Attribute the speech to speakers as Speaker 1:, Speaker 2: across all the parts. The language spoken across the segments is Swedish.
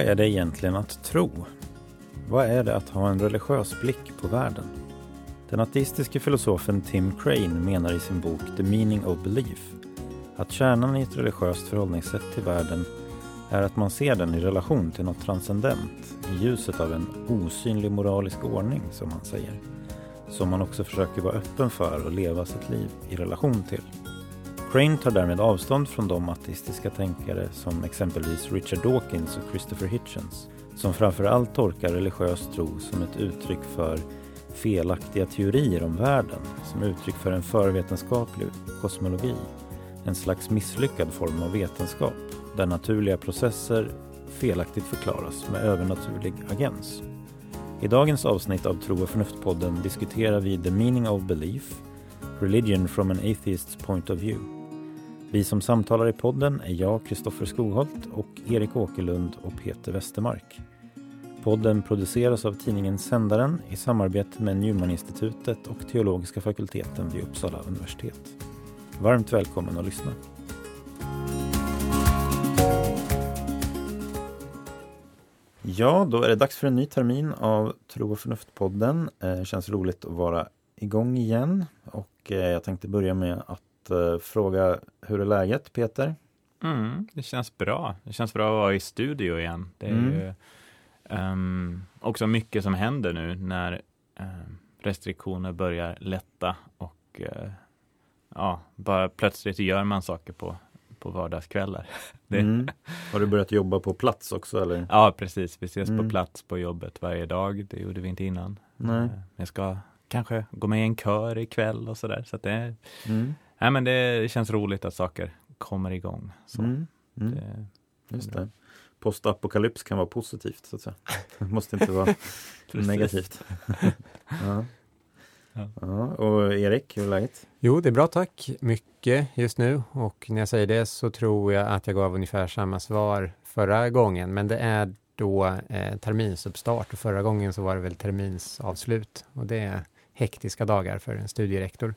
Speaker 1: Vad är det egentligen att tro? Vad är det att ha en religiös blick på världen? Den ateistiske filosofen Tim Crane menar i sin bok The Meaning of Belief att kärnan i ett religiöst förhållningssätt till världen är att man ser den i relation till något transcendent i ljuset av en osynlig moralisk ordning, som han säger, som man också försöker vara öppen för och leva sitt liv i relation till. Crane tar därmed avstånd från de ateistiska tänkare som exempelvis Richard Dawkins och Christopher Hitchens, som framförallt tolkar religiös tro som ett uttryck för felaktiga teorier om världen, som uttryck för en förvetenskaplig kosmologi, en slags misslyckad form av vetenskap, där naturliga processer felaktigt förklaras med övernaturlig agens. I dagens avsnitt av Tro och förnuft-podden diskuterar vi The Meaning of Belief, Religion from an Atheist's Point of View. Vi som samtalar i podden är jag, Kristoffer Skogholt, och Erik Åkerlund och Peter Westermark. Podden produceras av tidningen Sändaren i samarbete med Newman-institutet och teologiska fakulteten vid Uppsala universitet. Varmt välkommen att lyssna. Ja, då är det dags för en ny termin av Tro och förnuft-podden. Känns roligt att vara igång igen. Och jag tänkte börja med att fråga, hur är läget, Peter?
Speaker 2: Det känns bra. Det känns bra att vara i studio igen. Det är ju också mycket som händer nu när restriktioner börjar lätta och bara plötsligt gör man saker på vardagskvällar.
Speaker 1: Har du börjat jobba på plats också, eller?
Speaker 2: Ja, precis. Vi ses på plats på jobbet varje dag. Det gjorde vi inte innan.
Speaker 1: Nej.
Speaker 2: Jag ska kanske gå med i en kör ikväll och sådär. Så att det, men det känns roligt att saker kommer igång. Så
Speaker 1: Just det. Postapokalyps kan vara positivt, så att säga. Det måste inte vara negativt. Ja, och Erik, hur är läget?
Speaker 3: Jo, det är bra, tack. Mycket just nu. Och när jag säger det så tror jag att jag gav ungefär samma svar förra gången. Men det är då terminsuppstart. Och förra gången så var det väl terminsavslut. Och det är hektiska dagar för en studierektor.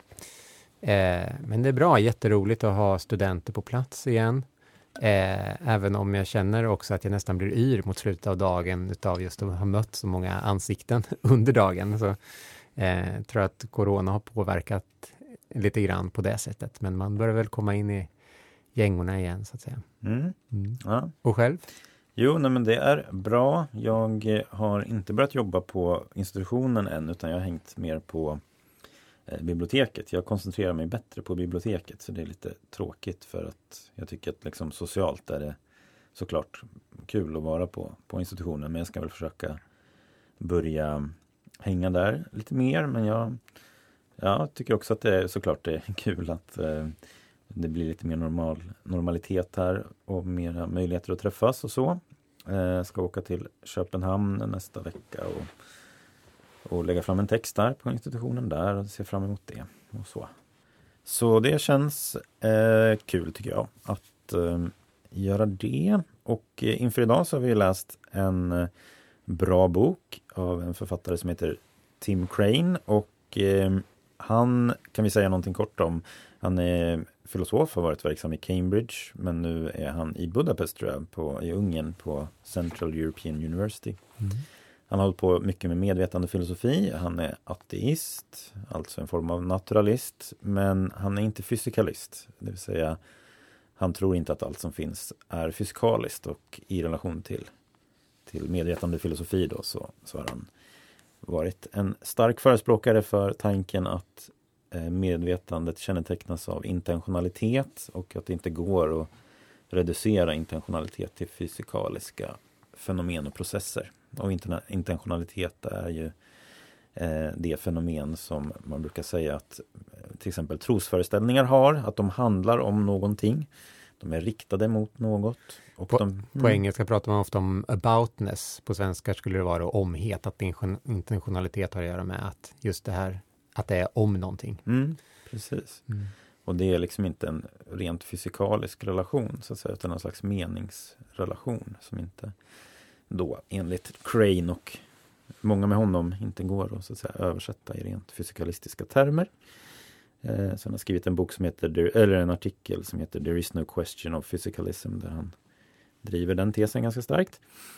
Speaker 3: Men det är bra, jätteroligt att ha studenter på plats igen. Även om jag känner också att jag nästan blir yr mot slutet av dagen utav just att ha mött så många ansikten under dagen. Så tror att corona har påverkat lite grann på det sättet. Men man börjar väl komma in i gängorna igen, så att säga.
Speaker 1: Ja.
Speaker 3: Och själv?
Speaker 1: Jo, men det är bra. Jag har inte börjat jobba på institutionen än, utan jag har hängt mer på biblioteket. Jag koncentrerar mig bättre på biblioteket, så det är lite tråkigt, för att jag tycker att liksom socialt är det såklart kul att vara på institutionen, men jag ska väl försöka börja hänga där lite mer. Men jag tycker också att det är såklart det är kul att det blir lite mer normalitet här och mera möjligheter att träffas och så. Jag ska åka till Köpenhamn nästa vecka och lägga fram en text där på institutionen där och se fram emot det och så. Så det känns kul, tycker jag, att göra det. Och inför idag så har vi läst en bra bok av en författare som heter Tim Crane, och han kan vi säga någonting kort om. Han är filosof, har varit verksam i Cambridge, men nu är han i Budapest, tror jag, i Ungern på Central European University. Han har hållit på mycket med medvetande filosofi. Han är ateist, alltså en form av naturalist, men han är inte fysikalist. Det vill säga, han tror inte att allt som finns är fysikaliskt, och i relation till medvetande filosofi då, så har han varit en stark förespråkare för tanken att medvetandet kännetecknas av intentionalitet, och att det inte går att reducera intentionalitet till fysikaliska fenomen och processer. Och intentionalitet är ju det fenomen som man brukar säga att till exempel trosföreställningar har, att de handlar om någonting. De är riktade mot något. Och
Speaker 3: på engelska pratar man ofta om aboutness. På svenska skulle det vara omhet. Att intentionalitet har att göra med att just det här, att det är om någonting.
Speaker 1: Precis. Och det är liksom inte en rent fysikalisk relation, så att säga, utan en slags meningsrelation som inte då enligt Crane och många med honom inte går att, så att säga, översätta i rent fysikalistiska termer. Så han har skrivit en bok som heter, eller en artikel som heter There is no question of physicalism, där han driver den tesen ganska starkt.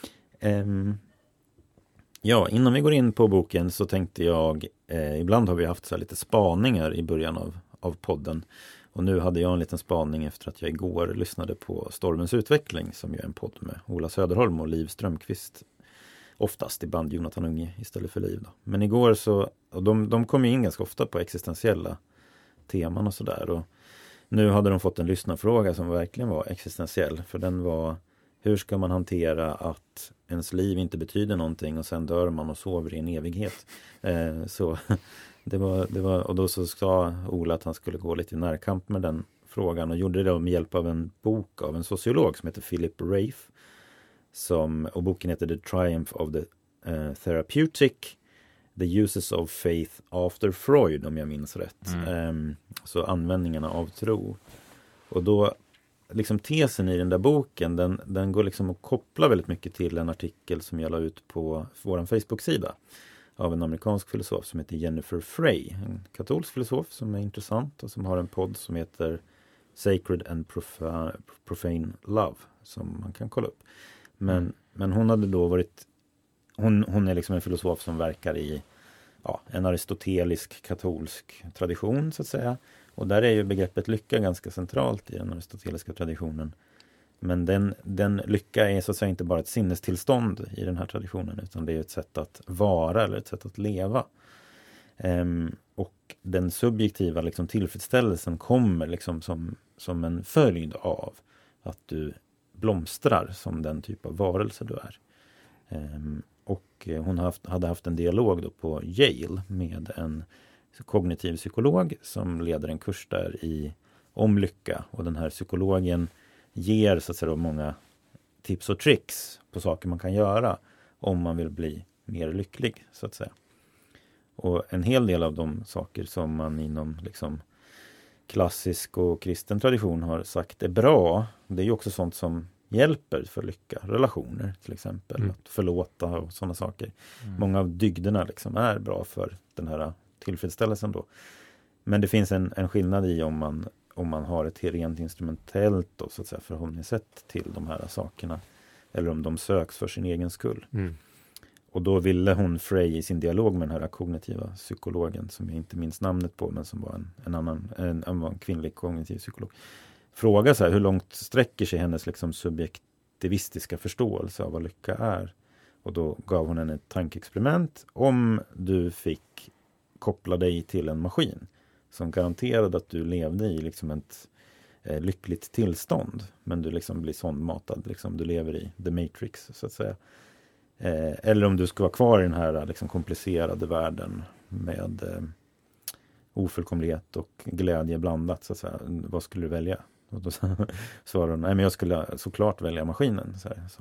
Speaker 1: Ja, innan vi går in på boken så tänkte jag, ibland har vi haft så här lite spaningar i början av podden. Och nu hade jag en liten spaning efter att jag igår lyssnade på Stormens utveckling, som ju är en podd med Ola Söderholm och Liv Strömqvist. Oftast ibland Jonathan Unge istället för Liv då. Men igår så, och de kom ju in ganska ofta på existentiella teman och sådär. Och nu hade de fått en lyssnarfråga som verkligen var existentiell. För den var, hur ska man hantera att ens liv inte betyder någonting och sen dör man och sover i en evighet? Så det var, och då så sa Ola att han skulle gå lite i närkamp med den frågan och gjorde det med hjälp av en bok av en sociolog som heter Philip Rafe. Och boken heter The Triumph of the Therapeutic, The Uses of Faith After Freud, om jag minns rätt. Så användningarna av tro. Och då, liksom tesen i den där boken, den går liksom att koppla väldigt mycket till en artikel som jag la ut på vår Facebook-sida av en amerikansk filosof som heter Jennifer Frey, en katolsk filosof som är intressant och som har en podd som heter Sacred and Profane Love, som man kan kolla upp. Men hon hade då varit, hon är liksom en filosof som verkar i en aristotelisk katolsk tradition så att säga. Och där är ju begreppet lycka ganska centralt i den aristoteliska traditionen. Men den lycka är så att säga inte bara ett sinnestillstånd i den här traditionen, utan det är ett sätt att vara eller ett sätt att leva. Och den subjektiva liksom tillfredsställelsen kommer liksom som en följd av att du blomstrar som den typ av varelse du är. Och hon hade haft en dialog då på Yale med en kognitiv psykolog som leder en kurs där om lycka. Och den här psykologen ger så att säga många tips och tricks på saker man kan göra om man vill bli mer lycklig så att säga. Och en hel del av de saker som man inom liksom klassisk och kristen tradition har sagt är bra, det är ju också sånt som hjälper för lycka. Relationer till exempel, att förlåta och sådana saker. Många av dygderna liksom är bra för den här tillfredsställelsen då. Men det finns en skillnad i om man har ett rent instrumentellt då, så att säga, förhållningssätt till de här sakerna, eller om de söks för sin egen skull. Och då ville hon Frey i sin dialog med den här kognitiva psykologen, som jag inte minns namnet på, men som var en kvinnlig kognitiv psykolog, fråga så här, hur långt sträcker sig hennes liksom subjektivistiska förståelse av vad lycka är. Och då gav hon henne ett tankeexperiment. Om du fick koppla dig till en maskin som garanterade att du levde i liksom ett lyckligt tillstånd, men du liksom blir sondmatad, liksom du lever i The Matrix så att säga. Eller om du ska vara kvar i den här liksom komplicerade världen med ofullkomlighet och glädje blandat så att säga. Vad skulle du välja? Och då svarade hon, nej men jag skulle såklart välja maskinen. Så här, så.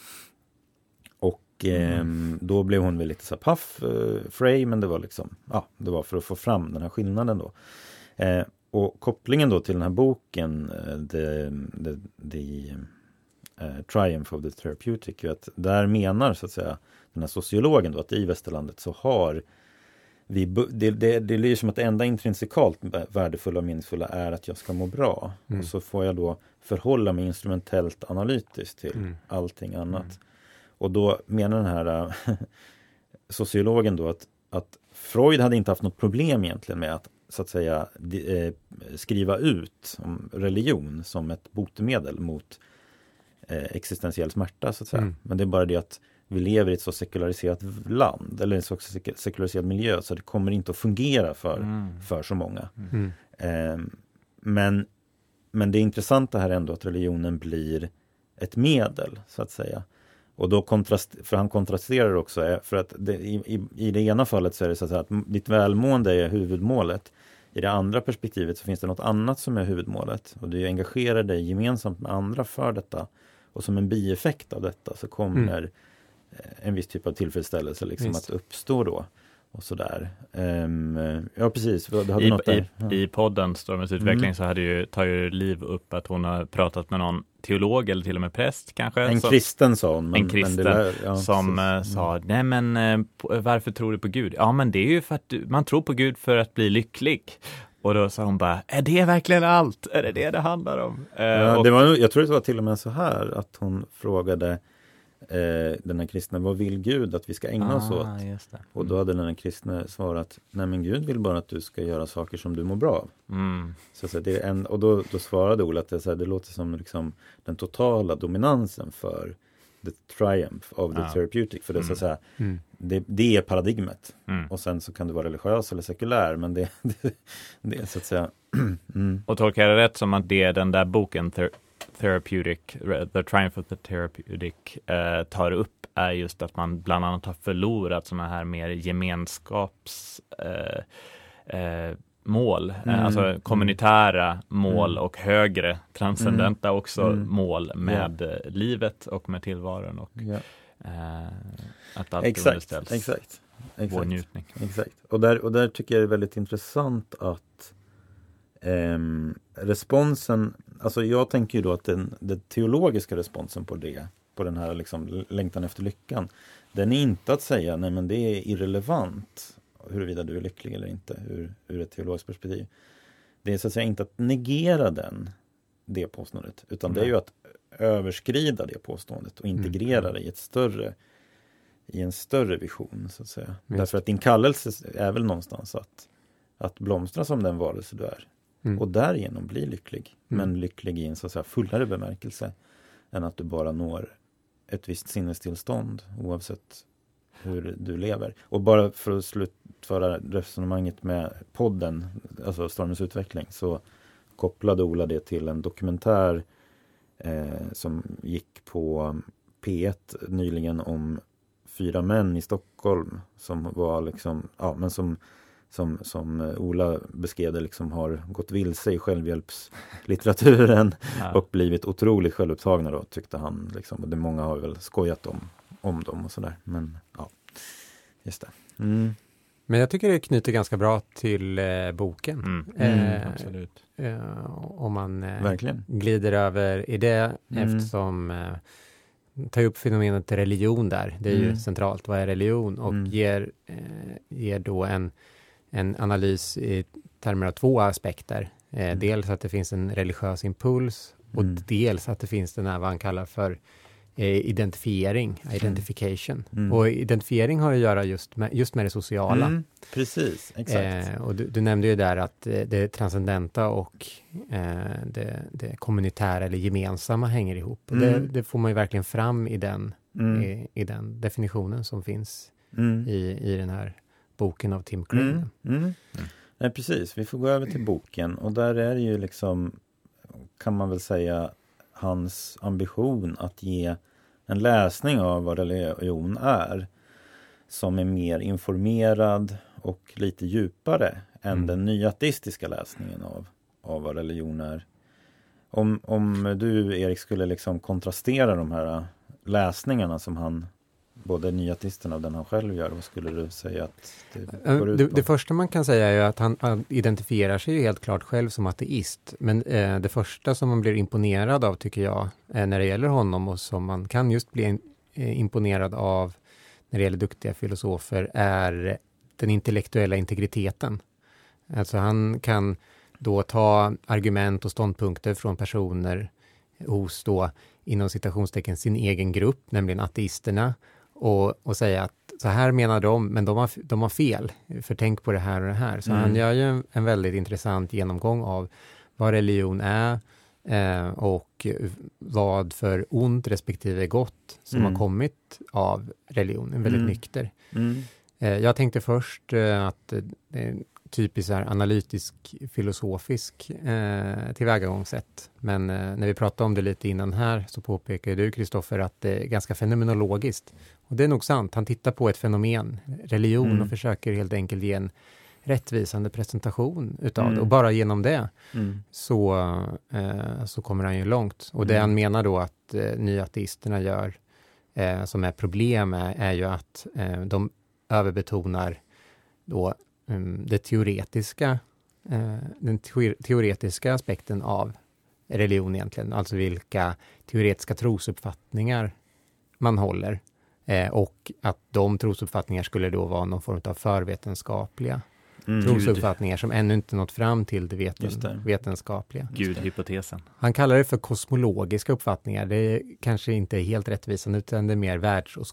Speaker 1: Och då blev hon väl lite så här paff, Frey, men det var liksom, det var för att få fram den här skillnaden då. Och kopplingen då till den här boken, The Triumph of the Therapeutic, att där menar så att säga den här sociologen då att i västerlandet så har det blir som att det enda intrinsikalt värdefulla och meningsfulla är att jag ska må bra. Och så får jag då förhålla mig instrumentellt analytiskt till allting annat. Och då menar den här sociologen då att Freud hade inte haft något problem egentligen med att så att säga skriva ut om religion som ett botemedel mot existentiell smärta så att säga. Men det är bara det att vi lever i ett så sekulariserat land eller en så sekulariserad miljö så det kommer inte att fungera för så många. Men det är intressant här ändå att religionen blir ett medel så att säga. Och då för han kontrasterar också för att i det ena fallet så är det så att ditt välmående är huvudmålet. I det andra perspektivet så finns det något annat som är huvudmålet och du engagerar dig gemensamt med andra för detta. Och som en bieffekt av detta så kommer en viss typ av tillfredsställelse liksom att uppstå då. Och sådär. Ja, precis. Du hade något där.
Speaker 2: I podden Stormens utveckling så tar ju Liv upp att hon har pratat med någon teolog eller till och med präst kanske.
Speaker 1: En kristen sa hon.
Speaker 2: En kristen som sa, nej men varför tror du på Gud? Ja men det är ju för att man tror på Gud för att bli lycklig. Och då sa hon bara, är det verkligen allt? Är det handlar om?
Speaker 1: Ja, jag tror det var till och med så här att hon frågade den här kristna, vad vill Gud att vi ska ägna oss åt?
Speaker 2: Just det.
Speaker 1: Och då hade den här kristna svarat, nej men Gud vill bara att du ska göra saker som du mår bra av. Så det är och då svarade Ola att det låter som liksom den totala dominansen för the triumph of the therapeutic. För det är så att säga, det är paradigmet. Och sen så kan du vara religiös eller sekulär, men det är så att säga.
Speaker 2: Och tolkar jag det rätt som att det är den där boken Therapeutic, The Triumph of the Therapeutic tar upp är just att man bland annat har förlorat sådana här mer gemenskapsmål, alltså kommunitära mål och högre transcendenta också mål med livet och med tillvaron och att allt underställs.
Speaker 1: Exakt.
Speaker 2: Vår njutning.
Speaker 1: Exakt. Och där tycker jag det är väldigt intressant att responsen, alltså jag tänker ju då att den teologiska responsen på den här liksom längtan efter lyckan, den är inte att säga nej men det är irrelevant huruvida du är lycklig eller inte ur ett teologiskt perspektiv. Det är så att säga inte att negera det påståendet, utan det är ju att överskrida det påståendet och integrera det i en större vision så att säga. Därför att din kallelse är väl någonstans att blomstra som den varelse du är. Och därigenom bli lycklig. Men lycklig i en så att säga fullare bemärkelse än att du bara når ett visst sinnestillstånd oavsett hur du lever. Och bara för att slutföra resonemanget med podden, alltså Stormens utveckling, så kopplade Ola det till en dokumentär som gick på P1 nyligen om 4 män i Stockholm som var liksom, men som Ola beskrev det liksom har gått vilse i självhjälpslitteraturen och blivit otroligt självupptagna då, tyckte han liksom. Och det många har väl skojat om dem och sådär. Men just det.
Speaker 3: Men jag tycker det knyter ganska bra till boken.
Speaker 2: Absolut.
Speaker 3: Om man
Speaker 1: verkligen
Speaker 3: glider över i det eftersom tar upp fenomenet religion där. Det är ju centralt. Vad är religion? Och ger då en analys i termer av 2 aspekter. Dels att det finns en religiös impuls och dels att det finns den här vad han kallar för identification. Och identifiering har att göra just med det sociala.
Speaker 1: Precis, exakt.
Speaker 3: Och du nämnde ju där att det transcendenta och det kommunitära eller gemensamma hänger ihop. Och det får man ju verkligen fram i den definitionen som finns i den här boken av Tim Crane.
Speaker 1: Nej, precis. Vi får gå över till boken och där är det ju liksom, kan man väl säga, hans ambition att ge en läsning av vad religion är som är mer informerad och lite djupare än den nyateistiska läsningen av vad religion är. Om du, Erik, skulle liksom kontrastera de här läsningarna som han, både nyateisterna och den han själv gör, vad skulle du säga att det går ut på?
Speaker 3: Det första man kan säga är att han identifierar sig ju helt klart själv som ateist. Men det första som man blir imponerad av, tycker jag, när det gäller honom och som man kan just bli imponerad av när det gäller duktiga filosofer, är den intellektuella integriteten. Alltså han kan då ta argument och ståndpunkter från personer hos då inom citationstecken sin egen grupp, nämligen ateisterna, och säga att så här menar de, men de har fel, för tänk på det här och det här. Så han gör ju en väldigt intressant genomgång av vad religion är och vad för ont respektive gott som har kommit av religion. En väldigt nykter. Jag tänkte först att det är typiskt så här analytisk, filosofisk tillvägagångssätt. Men när vi pratade om det lite innan här så påpekar du, Kristoffer, att det är ganska fenomenologiskt. Och det är nog sant. Han tittar på ett fenomen, religion, och försöker helt enkelt ge en rättvisande presentation utav det. Och bara genom det så kommer han ju långt. Och det han menar då att nyateisterna gör som är problem är ju att de överbetonar då den teoretiska aspekten av religion egentligen. Alltså vilka teoretiska trosuppfattningar man håller. Och att de trosuppfattningar skulle då vara någon form av förvetenskapliga. trosuppfattningar som ännu inte nått fram till det vetenskapliga.
Speaker 2: Gudhypotesen.
Speaker 3: Han kallar det för kosmologiska uppfattningar. Det är kanske inte helt rättvisande, utan det är mer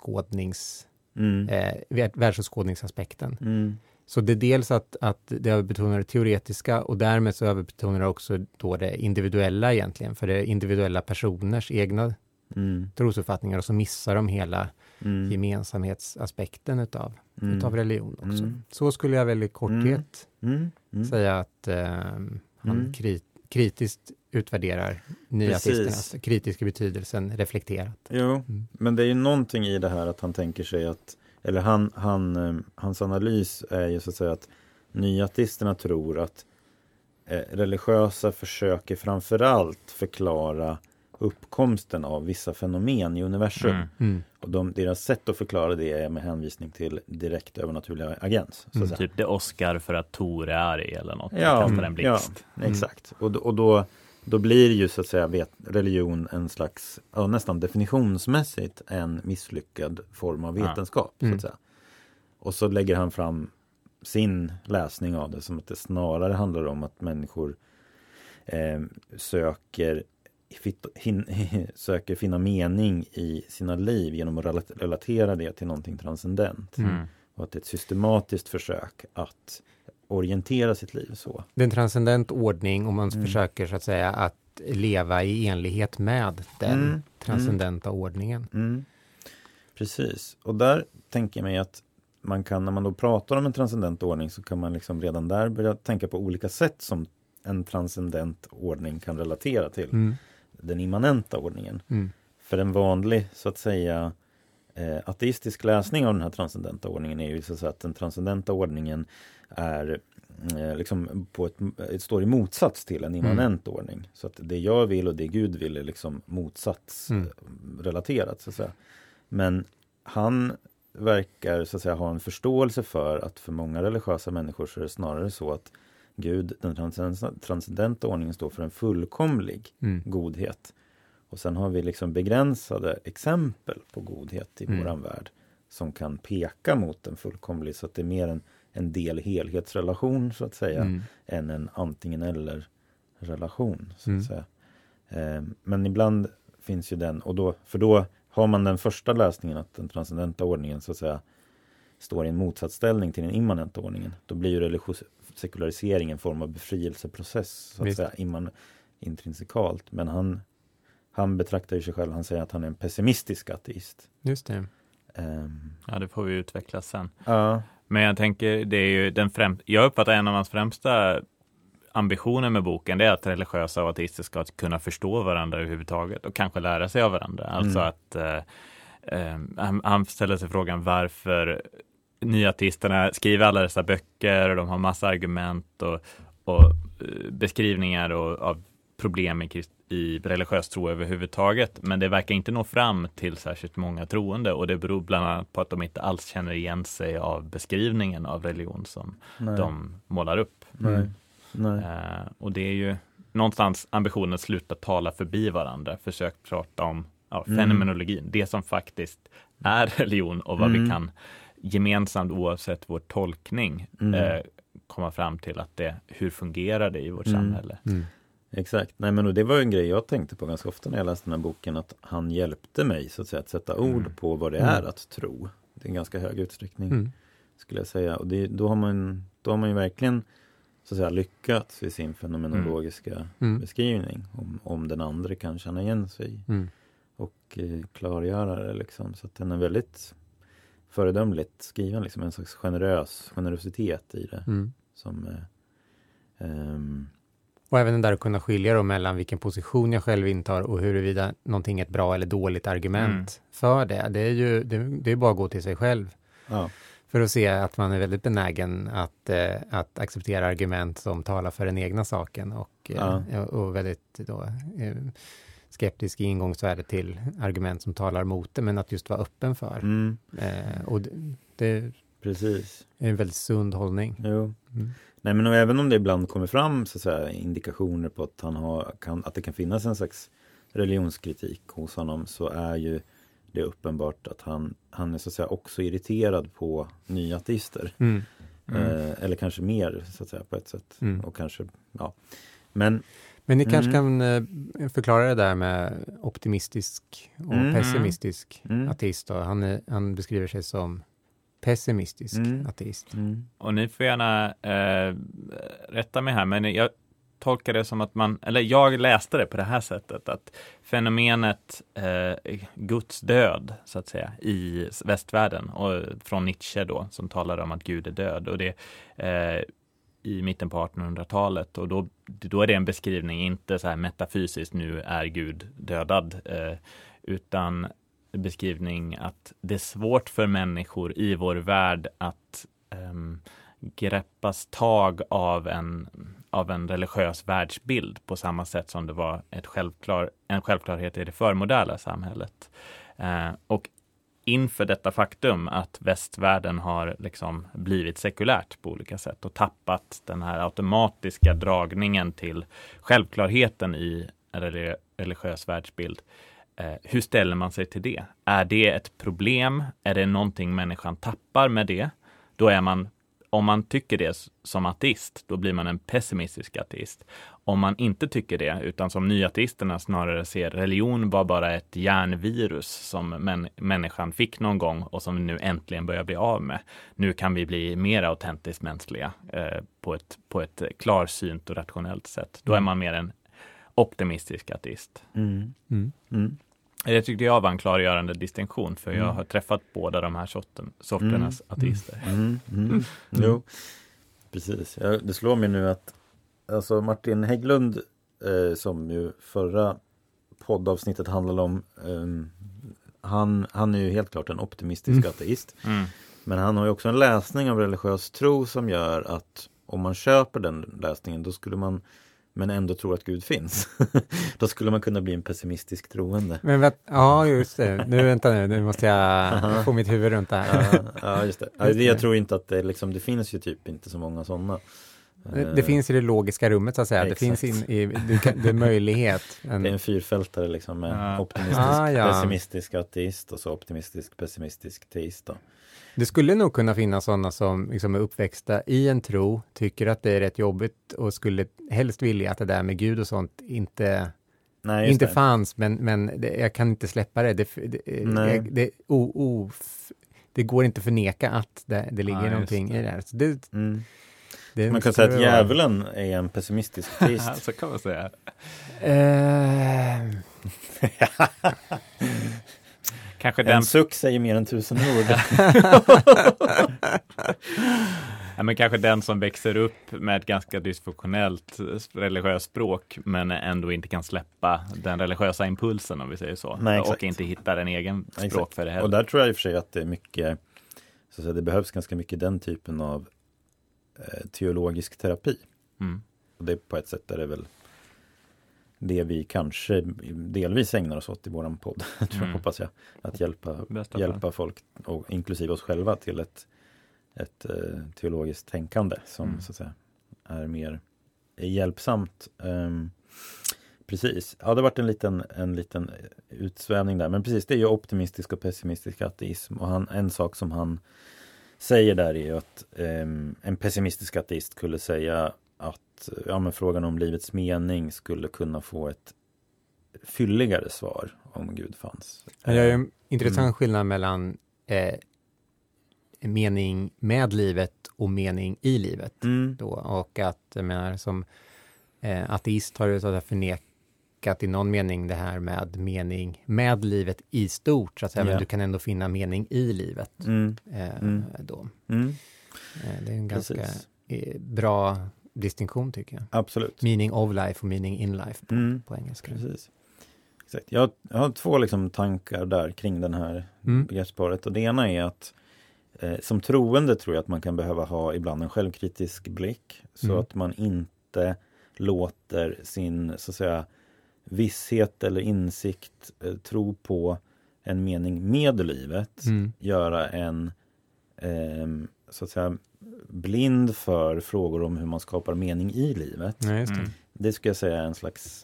Speaker 3: världsåskådningsaspekten. Så det är dels att det överbetonar det teoretiska, och därmed så överbetonar det också då det individuella egentligen, för det är individuella personers egna trosuppfattningar, och så missar de hela gemensamhetsaspekten utav religion också. Så skulle jag väl i korthet säga att han kritiskt utvärderar nyateisternas kritiska betydelsen reflekterat.
Speaker 1: Jo, men det är ju någonting i det här att han tänker sig att, eller hans analys är ju så att säga att nyateisterna tror att religiösa försöker framförallt förklara uppkomsten av vissa fenomen i universum. Och deras sätt att förklara det är med hänvisning till direkt övernaturliga agens. Så att säga.
Speaker 2: Typ det Oscar för att Tor är arg eller något. Kastar en blixt.
Speaker 1: Ja, exakt. Och då blir ju så att säga religion en slags, nästan definitionsmässigt en misslyckad form av vetenskap. Så att säga. Och så lägger han fram sin läsning av det som att det snarare handlar om att människor söker finna mening i sina liv genom att relatera det till någonting transcendent. Och att det är ett systematiskt försök att orientera sitt liv så.
Speaker 3: Det är en transcendent ordning, och man försöker så att säga att leva i enlighet med den transcendenta ordningen.
Speaker 1: Precis. Och där tänker jag mig att man kan, när man då pratar om en transcendent ordning, så kan man liksom redan där börja tänka på olika sätt som en transcendent ordning kan relatera till den immanenta ordningen. För en vanlig, så att säga, ateistisk läsning av den här transcendenta ordningen är ju så att säga att den transcendenta ordningen är liksom står i motsats till en immanent ordning. Så att det jag vill och det Gud vill är liksom motsatsrelaterat, så att säga. Men han verkar så att säga ha en förståelse för att för många religiösa människor så är det snarare så att Gud, den transcendenta ordningen, står för en fullkomlig godhet. Och sen har vi liksom begränsade exempel på godhet i våran värld som kan peka mot en fullkomlig, så att det är mer en del helhetsrelation så att säga än en antingen eller relation så att säga. Men ibland finns ju den, och då har man den första läsningen att den transcendenta ordningen så att säga står i en motsatsställning till den immanenta ordningen. Då blir ju sekularisering en form av befrielseprocess så att säga intrinsikalt. Men han betraktar ju sig själv, han säger att han är en pessimistisk ateist.
Speaker 3: Just det.
Speaker 2: Ja, det får vi utveckla sen.
Speaker 1: Ja.
Speaker 2: Men jag tänker, det är ju jag uppfattar en av hans främsta ambitioner med boken, det är att religiösa och ateister ska kunna förstå varandra överhuvudtaget och kanske lära sig av varandra. Alltså att han ställer sig frågan varför nyateisterna skriver alla dessa böcker och de har massa argument och beskrivningar av problem i religiös tro överhuvudtaget, men det verkar inte nå fram till särskilt många troende, och det beror bland annat på att de inte alls känner igen sig av beskrivningen av religion som de målar upp. Och det är ju någonstans ambitionen att sluta tala förbi varandra, försök prata om fenomenologin, det som faktiskt är religion och vad vi kan gemensamt oavsett vår tolkning komma fram till att hur fungerar det i vårt samhälle.
Speaker 1: Exakt. Nej, men det var en grej jag tänkte på ganska ofta när jag läste den här boken, att han hjälpte mig så att säga att sätta ord på vad det är att tro. Det är en ganska hög utsträckning skulle jag säga. Och då har man ju verkligen så att säga lyckats i sin fenomenologiska beskrivning om den andra kan känna igen sig och klargöra det liksom. Så att den är väldigt föredömligt skriven, liksom en slags generositet i det som
Speaker 3: och även den där att kunna skilja då mellan vilken position jag själv intar och huruvida någonting är ett bra eller dåligt argument för det. Det är ju det är bara att gå till sig själv. Ja. För att se att man är väldigt benägen att acceptera argument som talar för den egna saken och väldigt då, skeptisk i ingångsvärde till argument som talar mot det, men att just vara öppen för. Och det
Speaker 1: precis.
Speaker 3: Är en väldigt sund hållning.
Speaker 1: Jo. Nej, men även om det ibland kommer fram så att säga, indikationer på att att det kan finnas en slags religionskritik hos honom, så är ju det uppenbart att han är så att säga också irriterad på nya ateister. Eller kanske mer så att säga på ett sätt. Och kanske, ja. Men
Speaker 3: ni kanske kan förklara det där med optimistisk och pessimistisk ateist då. Han beskriver sig som pessimistisk ateist.
Speaker 2: Och ni får gärna rätta mig här, men jag tolkar det som att jag läste det på det här sättet, att fenomenet Guds död så att säga i västvärlden, och från Nietzsche då, som talar om att Gud är död, och det i mitten på 1800-talet, och då är det en beskrivning, inte så här metafysiskt, nu är Gud dödad, utan beskrivning att det är svårt för människor i vår värld att greppas tag av en religiös världsbild på samma sätt som det var en självklarhet i det förmoderna samhället. Och inför detta faktum att västvärlden har liksom blivit sekulärt på olika sätt och tappat den här automatiska dragningen till självklarheten i en religiös världsbild. Hur ställer man sig till det? Är det ett problem? Är det någonting människan tappar med det? Då är man, om man tycker det som ateist, då blir man en pessimistisk ateist. Om man inte tycker det, utan som nyateisterna snarare ser religion var bara ett hjärnvirus som människan fick någon gång och som vi nu äntligen börjar bli av med. Nu kan vi bli mer autentiskt mänskliga på ett klarsynt och rationellt sätt. Då är man mer en optimistisk ateist. Det tyckte jag var en klargörande distinktion, för jag har träffat båda de här sorternas ateister.
Speaker 1: Jo, precis. Det slår mig nu att alltså Martin Hägglund, som ju förra poddavsnittet handlade om, han är ju helt klart en optimistisk ateist. Men han har ju också en läsning av religiös tro som gör att om man köper den läsningen, då skulle man, men ändå tror att Gud finns. Då skulle man kunna bli en pessimistisk troende.
Speaker 3: Men ja, just det. Nu måste jag få mitt huvud runt det här.
Speaker 1: Ja, just det. Jag tror inte att det finns ju typ inte så många sådana.
Speaker 3: Det finns i det logiska rummet så att säga.
Speaker 1: Exakt.
Speaker 3: Det finns det är möjlighet.
Speaker 1: Det är en fyrfältare liksom med optimistisk, pessimistisk ateist och så optimistisk, pessimistisk teist då.
Speaker 3: Det skulle nog kunna finnas sådana som liksom är uppväxta i en tro, tycker att det är rätt jobbigt och skulle helst vilja att det där med Gud och sånt inte fanns, men jag kan inte släppa det. Det går inte att förneka att det ligger någonting i det här. Så
Speaker 1: man kan säga att djävulen är en pessimistisk teist.
Speaker 2: Så kan man säga. Kanske
Speaker 1: en suck säger mer än 1000 ord.
Speaker 2: Ja, men kanske den som växer upp med ett ganska dysfunktionellt religiöst språk, men ändå inte kan släppa den religiösa impulsen, om vi säger så. Nej, och inte hittar en egen språk för det heller.
Speaker 1: Och där tror jag i och för sig att det är mycket, så att säga, det behövs ganska mycket den typen av teologisk terapi. Och det är på ett sätt där det är väl det vi kanske delvis ägnar oss åt i våran podd, tror jag, hoppas jag. Att hjälpa folk, och inklusive oss själva, till ett teologiskt tänkande som så att säga är mer hjälpsamt. Precis. Ja, det har varit en liten utsvävning där. Men precis, det är ju optimistisk och pessimistisk ateism. Och en sak som han säger där är ju att en pessimistisk ateist skulle säga att men frågan om livets mening skulle kunna få ett fylligare svar om Gud fanns.
Speaker 3: Det är en intressant skillnad mellan mening med livet och mening i livet. Då. Och att, jag menar, som ateist har du så att förnekat i någon mening det här med mening med livet i stort, så att säga, men du kan ändå finna mening i livet. Då. Det är en ganska bra distinktion, tycker jag.
Speaker 1: Absolut.
Speaker 3: Meaning of life och meaning in life på engelska.
Speaker 1: Precis. Exakt. Jag har två tankar där kring den här begreppsparet. Och det ena är att som troende tror jag att man kan behöva ha ibland en självkritisk blick, så att man inte låter sin, så att säga, visshet eller insikt, tro på en mening med livet, göra en så att säga blind för frågor om hur man skapar mening i livet.
Speaker 3: Ja, just det.
Speaker 1: Det skulle jag säga är en slags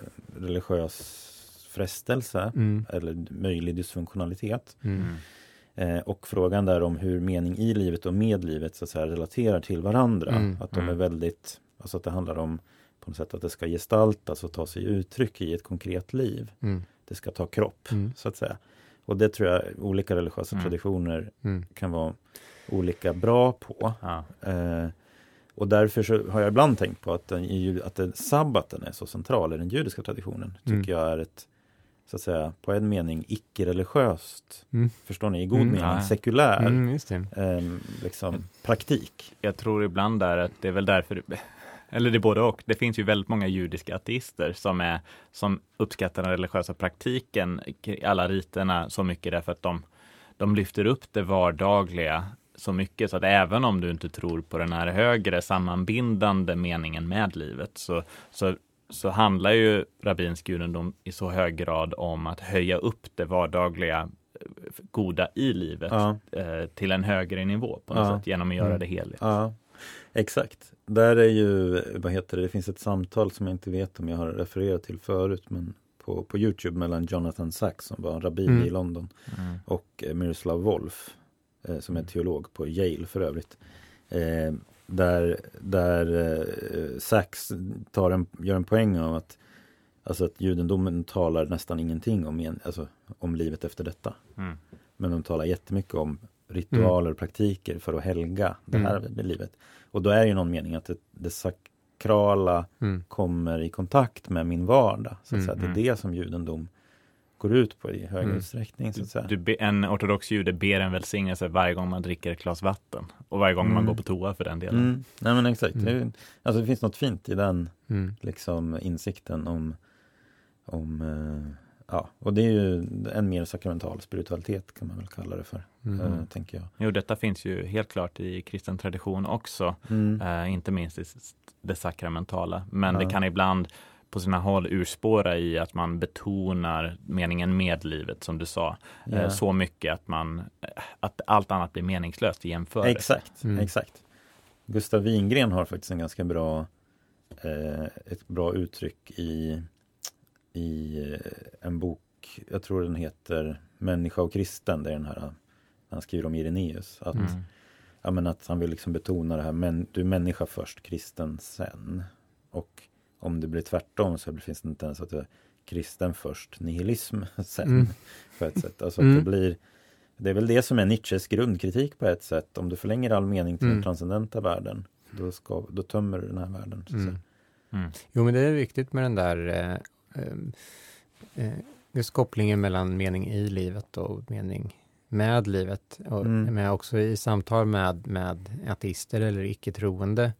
Speaker 1: religiös frestelse eller möjlig dysfunktionalitet. Och frågan där om hur mening i livet och med livet så att säga relaterar till varandra. Att de är väldigt, alltså att det handlar om på något sätt att det ska gestaltas och ta sig uttryck i ett konkret liv. Det ska ta kropp så att säga. Och det tror jag olika religiösa traditioner kan vara olika bra på. Och därför så har jag ibland tänkt på att sabbaten är så central i den judiska traditionen. Tycker jag är ett, så att säga, på en mening icke-religiöst, förstår ni, i god mening, sekulär liksom, praktik.
Speaker 2: Jag tror ibland där att det är väl därför, eller det är både och. Det finns ju väldigt många judiska ateister som uppskattar den religiösa praktiken, alla riterna så mycket därför att de lyfter upp det vardagliga så mycket så att även om du inte tror på den här högre sammanbindande meningen med livet så handlar ju rabbinsk judendom i så hög grad om att höja upp det vardagliga goda i livet till en högre nivå på något sätt genom att göra det heligt.
Speaker 1: Ja, exakt. Där är ju, det finns ett samtal som jag inte vet om jag har refererat till förut, men på YouTube mellan Jonathan Sacks som var rabbin i London och Miroslav Volf som är teolog på Yale för övrigt. Där Sacks gör en poäng av att judendomen talar nästan ingenting om livet efter detta. Men de talar jättemycket om ritualer och praktiker för att helga det här livet. Och då är ju någon mening att det sakrala kommer i kontakt med min vardag. Så att säga. Det är det som judendom går ut på i hög utsträckning. Så att säga.
Speaker 2: En ortodox jude ber en välsignelse varje gång man dricker ett glas vatten. Och varje gång man går på toa för den delen.
Speaker 1: Nej men exakt. Det finns något fint i den liksom, insikten om och det är ju en mer sakramental spiritualitet kan man väl kalla det för, tänker jag.
Speaker 2: Jo, detta finns ju helt klart i kristen tradition också. Inte minst i det sakramentala. Men det kan ibland på sina håll urspåra i att man betonar meningen med livet, som du sa. Så mycket att allt annat blir meningslöst i jämförelse.
Speaker 1: Exakt. Gustav Wingren har faktiskt en ganska bra ett bra uttryck i en bok, jag tror den heter Människa och kristen, det är den här han skriver om Irenaeus att han vill liksom betona det här, du är människa först, kristen sen, och om det blir tvärtom så finns det inte ens att du är kristen först, nihilism sen på ett sätt, alltså att det är väl det som är Nietzsches grundkritik på ett sätt, om du förlänger all mening till den transcendenta världen då tömmer du den här världen så att säga.
Speaker 3: Jo, men det är viktigt med den där just kopplingen mellan mening i livet och mening med livet. Och men också i samtal med ateister eller icke-troende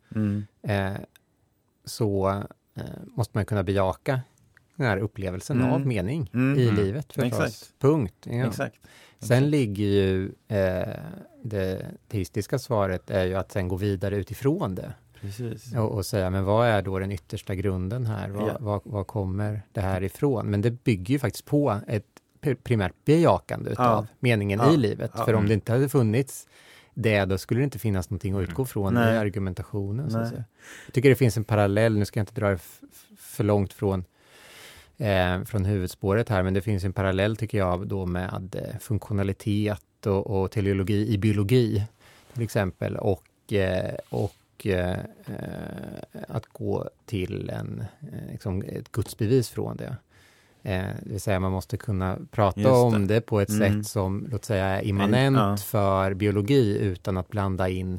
Speaker 3: så måste man kunna bejaka den här upplevelsen av mening i livet förstås.
Speaker 1: Exakt.
Speaker 3: Punkt. Ja.
Speaker 1: Exakt.
Speaker 3: Sen ligger ju det teistiska svaret är ju att sen gå vidare utifrån det.
Speaker 1: Precis.
Speaker 3: Och säga, men vad är då den yttersta grunden här? Vad kommer det här ifrån? Men det bygger ju faktiskt på ett primärt bejakande av meningen i livet. För om det inte hade funnits då skulle det inte finnas någonting att utgå från i argumentationen. Så att säga. Jag tycker det finns en parallell, nu ska jag inte dra det för långt från huvudspåret här, men det finns en parallell tycker jag då med funktionalitet och teleologi i biologi till exempel och att gå till ett gudsbevis från det. Det vill säga man måste kunna prata om det på ett sätt som låt säga är immanent för biologi utan att blanda in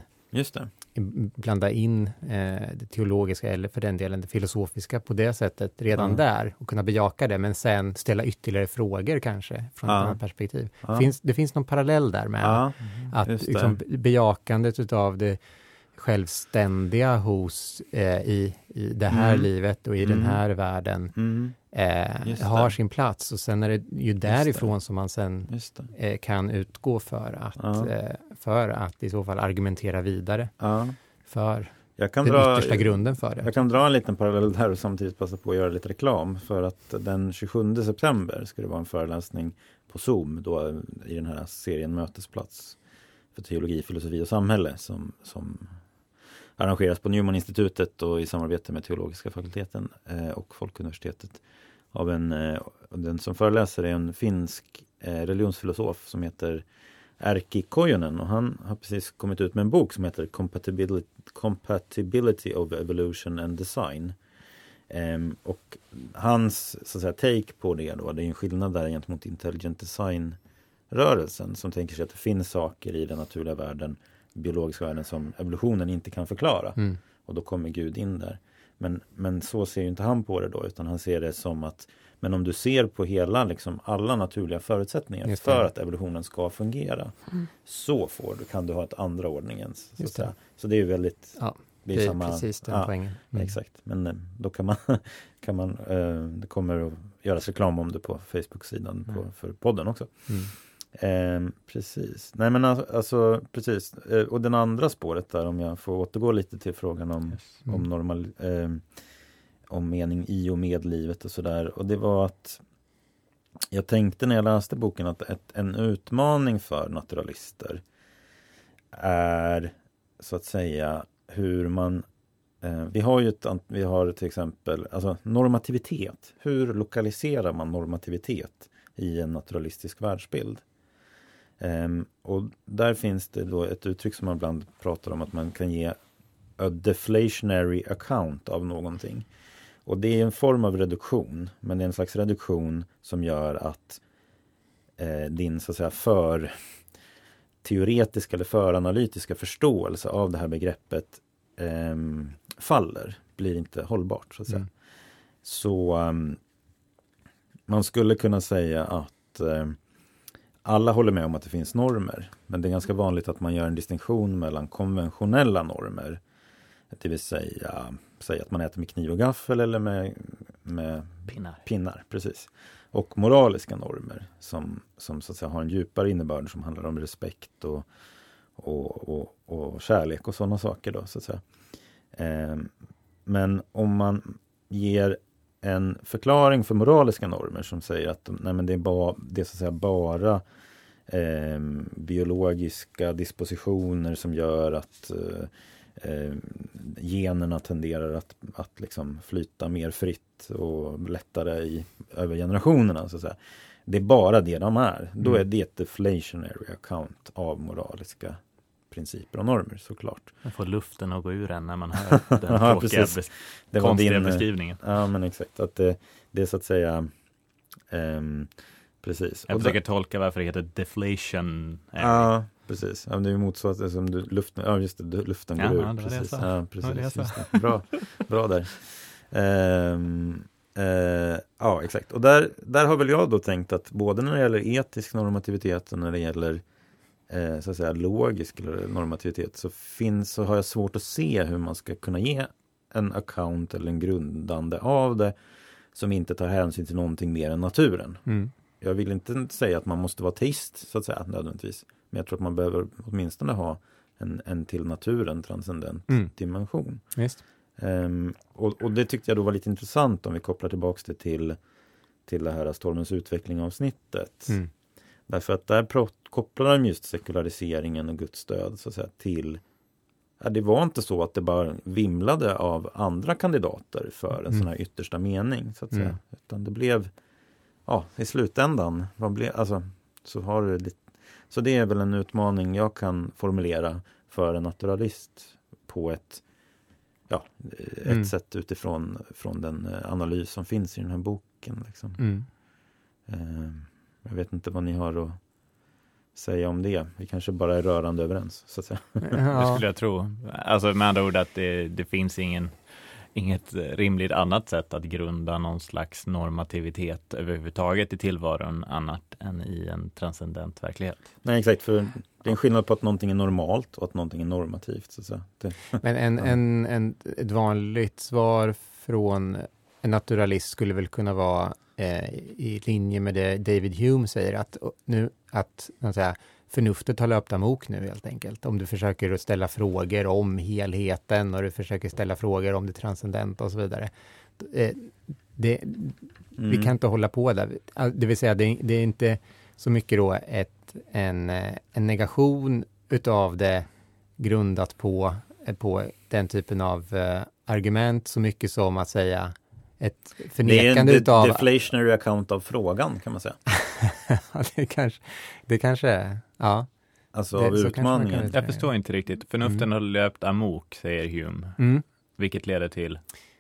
Speaker 3: det teologiska eller för den delen det filosofiska på det sättet redan där och kunna bejaka det, men sen ställa ytterligare frågor kanske från ett annat perspektiv. Det finns någon parallell där med att liksom, bejakandet utav det självständiga hos i det här livet och i den här världen har sin plats, och sen är det ju därifrån som man sen kan utgå för att i så fall argumentera vidare för den yttersta grunden för det.
Speaker 1: Jag kan dra en liten parallell här och samtidigt passa på att göra lite reklam för att den 27 september ska det vara en föreläsning på Zoom då i den här serien Mötesplats för teologi, filosofi och samhälle som arrangeras på Newman-institutet och i samarbete med teologiska fakulteten och Folkuniversitetet av den som föreläser är en finsk religionsfilosof som heter Erkki Kojonen, och han har precis kommit ut med en bok som heter Compatibility of Evolution and Design. Och hans så att säga take på det då, det är en skillnad där gentemot intelligent design-rörelsen som tänker sig att det finns saker i den naturliga världen, biologiska världen, som evolutionen inte kan förklara. Och då kommer Gud in där. Men så ser ju inte han på det då, utan han ser det som att, men om du ser på hela, liksom, alla naturliga förutsättningar för att evolutionen ska fungera, så kan du ha ett andra ordningens. Så, så det är ju väldigt...
Speaker 3: Ja, det är samma, precis den poängen.
Speaker 1: Exakt, men då kan man det kommer att göras reklam om det på Facebook-sidan för podden också. Precis. Nej, men alltså precis. Och den andra spåret där, om jag får återgå lite till frågan om mening i och med livet och sådär. Och det var att jag tänkte när jag läste boken att en utmaning för naturalister är så att säga hur man vi har till exempel alltså normativitet. Hur lokaliserar man normativitet i en naturalistisk världsbild? Och där finns det då ett uttryck som man ibland pratar om, att man kan ge a deflationary account av någonting. Och det är en form av reduktion, men det är en slags reduktion som gör att din så att säga för teoretiska eller föranalytiska förståelse av det här begreppet blir inte hållbart så att säga. Så man skulle kunna säga att alla håller med om att det finns normer, men det är ganska vanligt att man gör en distinktion mellan konventionella normer, det vill säga att man äter med kniv och gaffel eller med pinnar, precis. Och moraliska normer som så att säga har en djupare innebörd, som handlar om respekt och kärlek och sådana saker då, så att säga. Men om man ger en förklaring för moraliska normer som säger att det är så att säga bara biologiska dispositioner som gör att generna tenderar att liksom flyta mer fritt och lättare över generationerna så att säga. Det är bara det de är. Då är det ett deflationary account av moraliska principer och normer, såklart.
Speaker 2: Man får luften att gå ur en när man hör den tråkiga konstiga beskrivningen.
Speaker 1: Ja, men exakt. Att det är så att säga precis.
Speaker 2: Jag försöker tolka varför det heter deflation.
Speaker 1: Ja, precis. Ja, det är ju motsvarande som luften. Ja, just det. Luften går ur. Precis. Ja, precis. Just det. Bra där. Ja, exakt. Och där har väl jag då tänkt att både när det gäller etisk normativitet och när det gäller så att säga logisk normativitet så har jag svårt att se hur man ska kunna ge en account eller en grundande av det som inte tar hänsyn till någonting mer än naturen. Jag vill inte säga att man måste vara teist så att säga nödvändigtvis, men jag tror att man behöver åtminstone ha en till naturen transcendent dimension.
Speaker 3: Just.
Speaker 1: Och det tyckte jag då var lite intressant om vi kopplar tillbaks det till det här stormens utveckling-avsnittet. Därför att där kopplar de just sekulariseringen och Guds stöd så att säga till. Det var inte så att det bara vimlade av andra kandidater för en sån här yttersta mening så att säga. Utan det blev i slutändan så det är väl en utmaning jag kan formulera för en naturalist på ett sätt utifrån den analys som finns i den här boken liksom. Jag vet inte vad ni har att säga om det. Vi kanske bara är rörande överens, så att säga.
Speaker 2: Det skulle jag tro. Alltså med andra ord att det finns inget rimligt annat sätt att grunda någon slags normativitet överhuvudtaget i tillvaron annat än i en transcendent verklighet.
Speaker 1: Nej, exakt. För det är en skillnad på att någonting är normalt och att någonting är normativt. Så att säga.
Speaker 3: Men ett vanligt svar från en naturalist skulle väl kunna vara i linje med det David Hume säger att förnuftet har löpt amok nu helt enkelt. Om du försöker att ställa frågor om helheten och du försöker ställa frågor om det transcendenta och så vidare. Vi kan inte hålla på där. Det vill säga det är inte så mycket då en negation utav det grundat på den typen av argument så mycket som att säga ett förnekande utav...
Speaker 1: Det är en deflationary account av frågan kan man säga.
Speaker 3: Det kanske är, ja.
Speaker 1: Alltså av utmaningen.
Speaker 2: Jag förstår inte riktigt. Förnuften har löpt amok, säger Hume. Vilket leder till?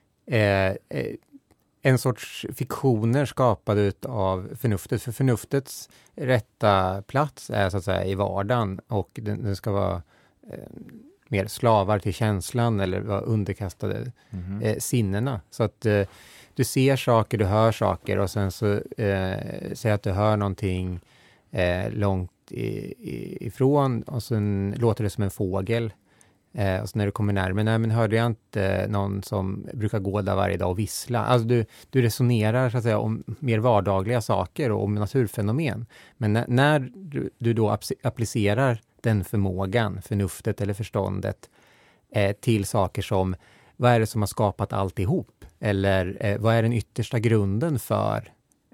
Speaker 3: En sorts fiktioner skapade av förnuftet. För förnuftets rätta plats är så att säga i vardagen, och den ska vara mer slavar till känslan eller vara underkastade sinnena. Så att du ser saker, du hör saker, och sen så säger att du hör någonting långt ifrån, och sen låter det som en fågel. Och så när du kommer närmare, nej men hörde jag inte någon som brukar gå där varje dag och vissla. Alltså du resonerar så att säga om mer vardagliga saker och om naturfenomen. Men när du då applicerar den förmågan, förnuftet eller förståndet till saker som, vad är det som har skapat alltihop? Eller vad är den yttersta grunden för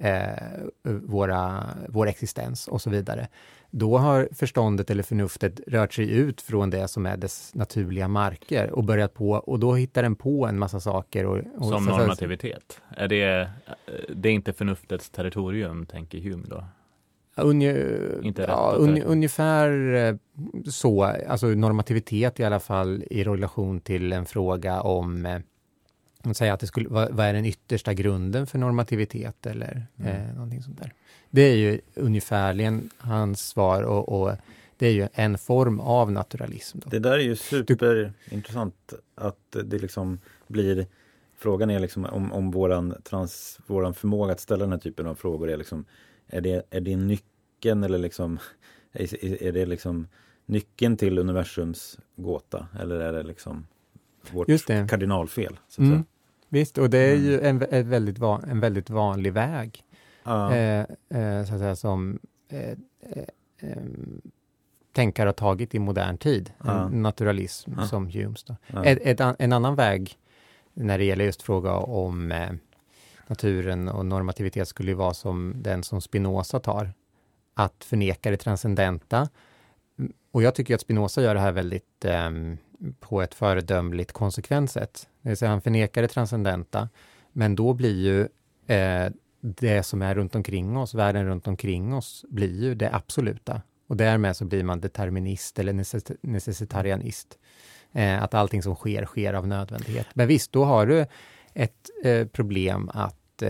Speaker 3: vår existens och så vidare. Då har förståndet eller förnuftet rört sig ut från det som är dess naturliga marker och börjat på, och då hittar den på en massa saker. Och
Speaker 2: som normativitet. Är det är inte förnuftets territorium, tänker Hume då?
Speaker 3: Ungefär så. Alltså normativitet i alla fall i relation till en fråga om säga att det skulle, vad är den yttersta grunden för normativitet eller någonting sånt där. Det är ju ungefärligen hans svar, och det är ju en form av naturalism. Då.
Speaker 1: Det där är ju superintressant att det liksom blir, frågan är liksom om våran förmåga att ställa den här typen av frågor är liksom, är det nyckeln eller liksom är det liksom nyckeln till universums gåta, eller är det liksom vårt kardinalfel så att säga.
Speaker 3: Visst, och det är ju en väldigt vanlig väg så att säga, som tänkare har tagit i modern tid. Naturalism som Humes då. En annan väg när det gäller just fråga om naturen och normativitet skulle ju vara som den som Spinoza tar. Att förneka det transcendenta. Och jag tycker att Spinoza gör det här väldigt på ett föredömligt konsekvent sätt. Det vill säga han förnekar det transcendenta, men då blir ju det som är runt omkring oss, världen runt omkring oss, blir ju det absoluta. Och därmed så blir man determinist eller necessitarianist. Att allting som sker av nödvändighet. Men visst, då har du ett problem att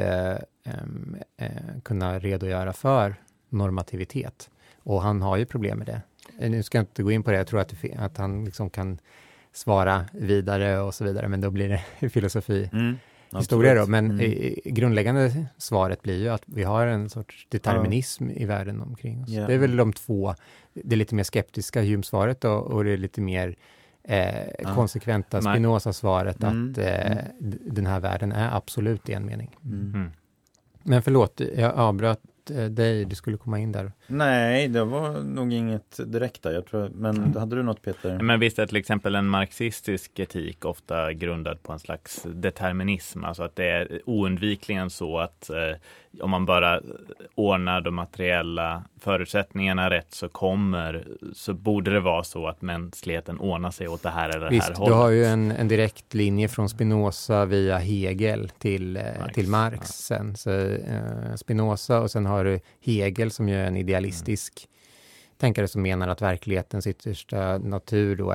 Speaker 3: kunna redogöra för normativitet. Och han har ju problem med det. Nu ska jag inte gå in på det, jag tror att han liksom kan svara vidare och så vidare, men då blir det filosofi. Historia då, men grundläggande svaret blir ju att vi har en sorts determinism i världen omkring oss. Det är väl de två, det är lite mer skeptiska Hume-svaret och det är lite mer konsekventa Spinoza-svaret att den här världen är absolut i en mening. Men förlåt, jag avbröt dig, du skulle komma in där.
Speaker 1: Nej, det var nog inget direkt där, jag tror, men hade du något, Peter?
Speaker 2: Men visst är till exempel en marxistisk etik ofta grundad på en slags determinism, alltså att det är oundvikligen så att om man bara ordnar de materiella förutsättningarna rätt så borde det vara så att mänskligheten ordnar sig åt det här eller det här hållet.
Speaker 3: Du har ju en direkt linje från Spinoza via Hegel till Marx sen. Så Spinoza, och sen har du Hegel som ju är en idealistisk tänkare som menar att verklighetens yttersta natur då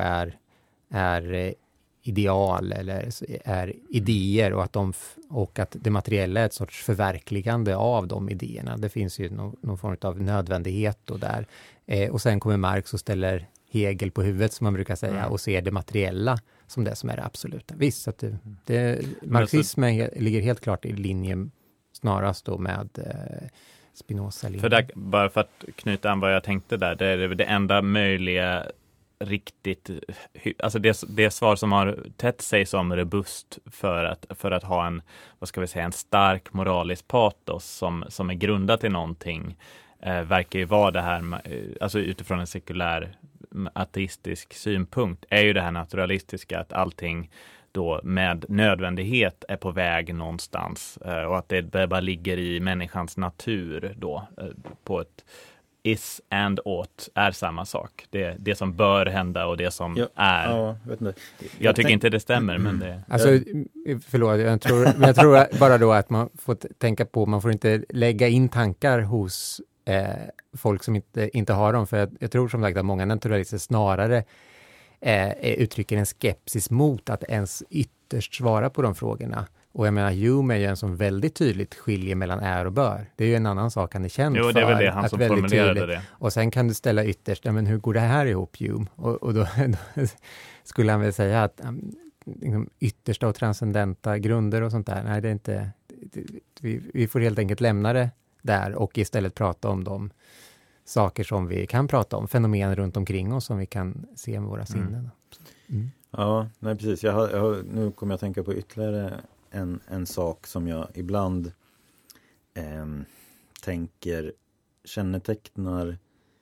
Speaker 3: är ideal eller är idéer, och att det materiella är ett sorts förverkligande av de idéerna. Det finns ju någon form av nödvändighet då där. Och sen kommer Marx och ställer Hegel på huvudet, som man brukar säga, och ser det materiella som det som är det absoluta. Visst, att marxismen ligger helt klart i linje snarast då med Spinoza.
Speaker 2: Bara för att knyta an vad jag tänkte där, det är det enda möjliga riktigt, alltså det svar som har tätt sig som robust för att ha en, vad ska vi säga, en stark moralisk patos som är grundat i någonting, verkar ju vara det här, alltså utifrån en sekulär ateistisk synpunkt, är ju det här naturalistiska, att allting då med nödvändighet är på väg någonstans, och att det bara ligger i människans natur då, på ett is and ought är samma sak. Det som bör hända och det som är.
Speaker 1: Ja, vet inte.
Speaker 2: Jag tycker inte det stämmer, men det...
Speaker 3: Alltså, förlåt, jag tror bara då att man får tänka på, man får inte lägga in tankar hos folk som inte har dem. För jag tror som sagt att många naturalister snarare uttrycker en skepsis mot att ens ytterst svara på de frågorna. Och jag menar, Hume är ju en som väldigt tydligt skiljer mellan är och bör. Det är ju en annan sak han är känd för.
Speaker 2: Jo, det är väl det han som formulerade det.
Speaker 3: Och sen kan du ställa ytterst, men hur går det här ihop, Hume? Och då skulle han väl säga att liksom, yttersta och transcendenta grunder och sånt där, nej, det är inte... Vi får helt enkelt lämna det där och istället prata om de saker som vi kan prata om, fenomen runt omkring oss som vi kan se med våra sinnen.
Speaker 1: Ja, nej precis. Nu kommer jag att tänka på ytterligare en sak som jag ibland tänker kännetecknar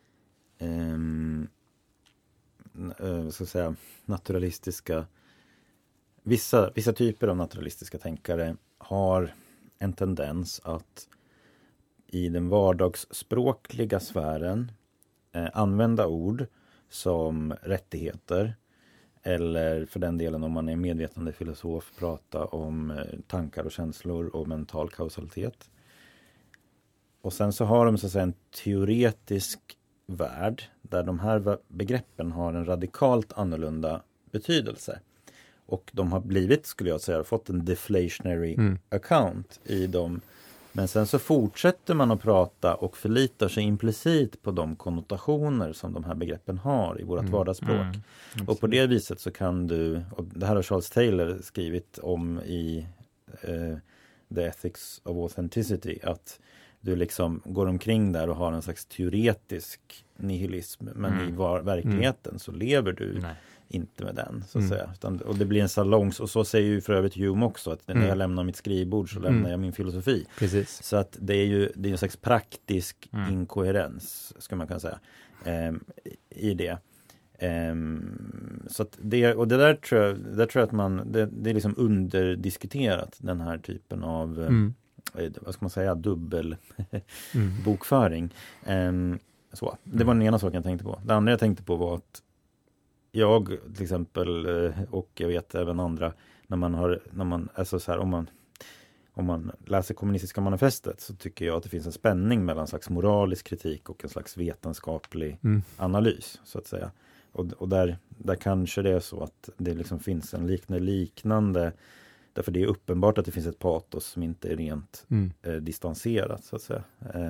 Speaker 1: ska säga, naturalistiska vissa typer av naturalistiska tänkare har en tendens att i den vardagsspråkliga sfären använda ord som rättigheter, eller för den delen om man är medvetande filosof prata om tankar och känslor och mental kausalitet. Och sen så har de så att säga en teoretisk värld där de här begreppen har en radikalt annorlunda betydelse. Och de har blivit, skulle jag säga, fått en deflationary account i dem. Men sen så fortsätter man att prata och förlitar sig implicit på de konnotationer som de här begreppen har i vårt vardagsspråk. Och på det viset så kan du, och det här har Charles Taylor skrivit om i The Ethics of Authenticity, att du liksom går omkring där och har en slags teoretisk nihilism, men i verkligheten så lever du inte med den, så att säga. Och det blir en salongs, och så säger ju för övrigt Hume också, att när jag lämnar mitt skrivbord så lämnar jag min filosofi.
Speaker 3: Precis.
Speaker 1: Så att det är en slags praktisk inkoherens, ska man kunna säga, i det. Så att det, och det där tror jag att man, det är liksom underdiskuterat, den här typen av vad ska man säga, dubbel bokföring. Så. Det var den ena saken jag tänkte på. Det andra jag tänkte på var att jag till exempel, och jag vet även andra, alltså så här, om man läser kommunistiska manifestet, så tycker jag att det finns en spänning mellan en slags moralisk kritik och en slags vetenskaplig analys, så att säga. Och där kanske det är så att det liksom finns en liknande, därför det är uppenbart att det finns ett patos som inte är rent distanserat, så att säga.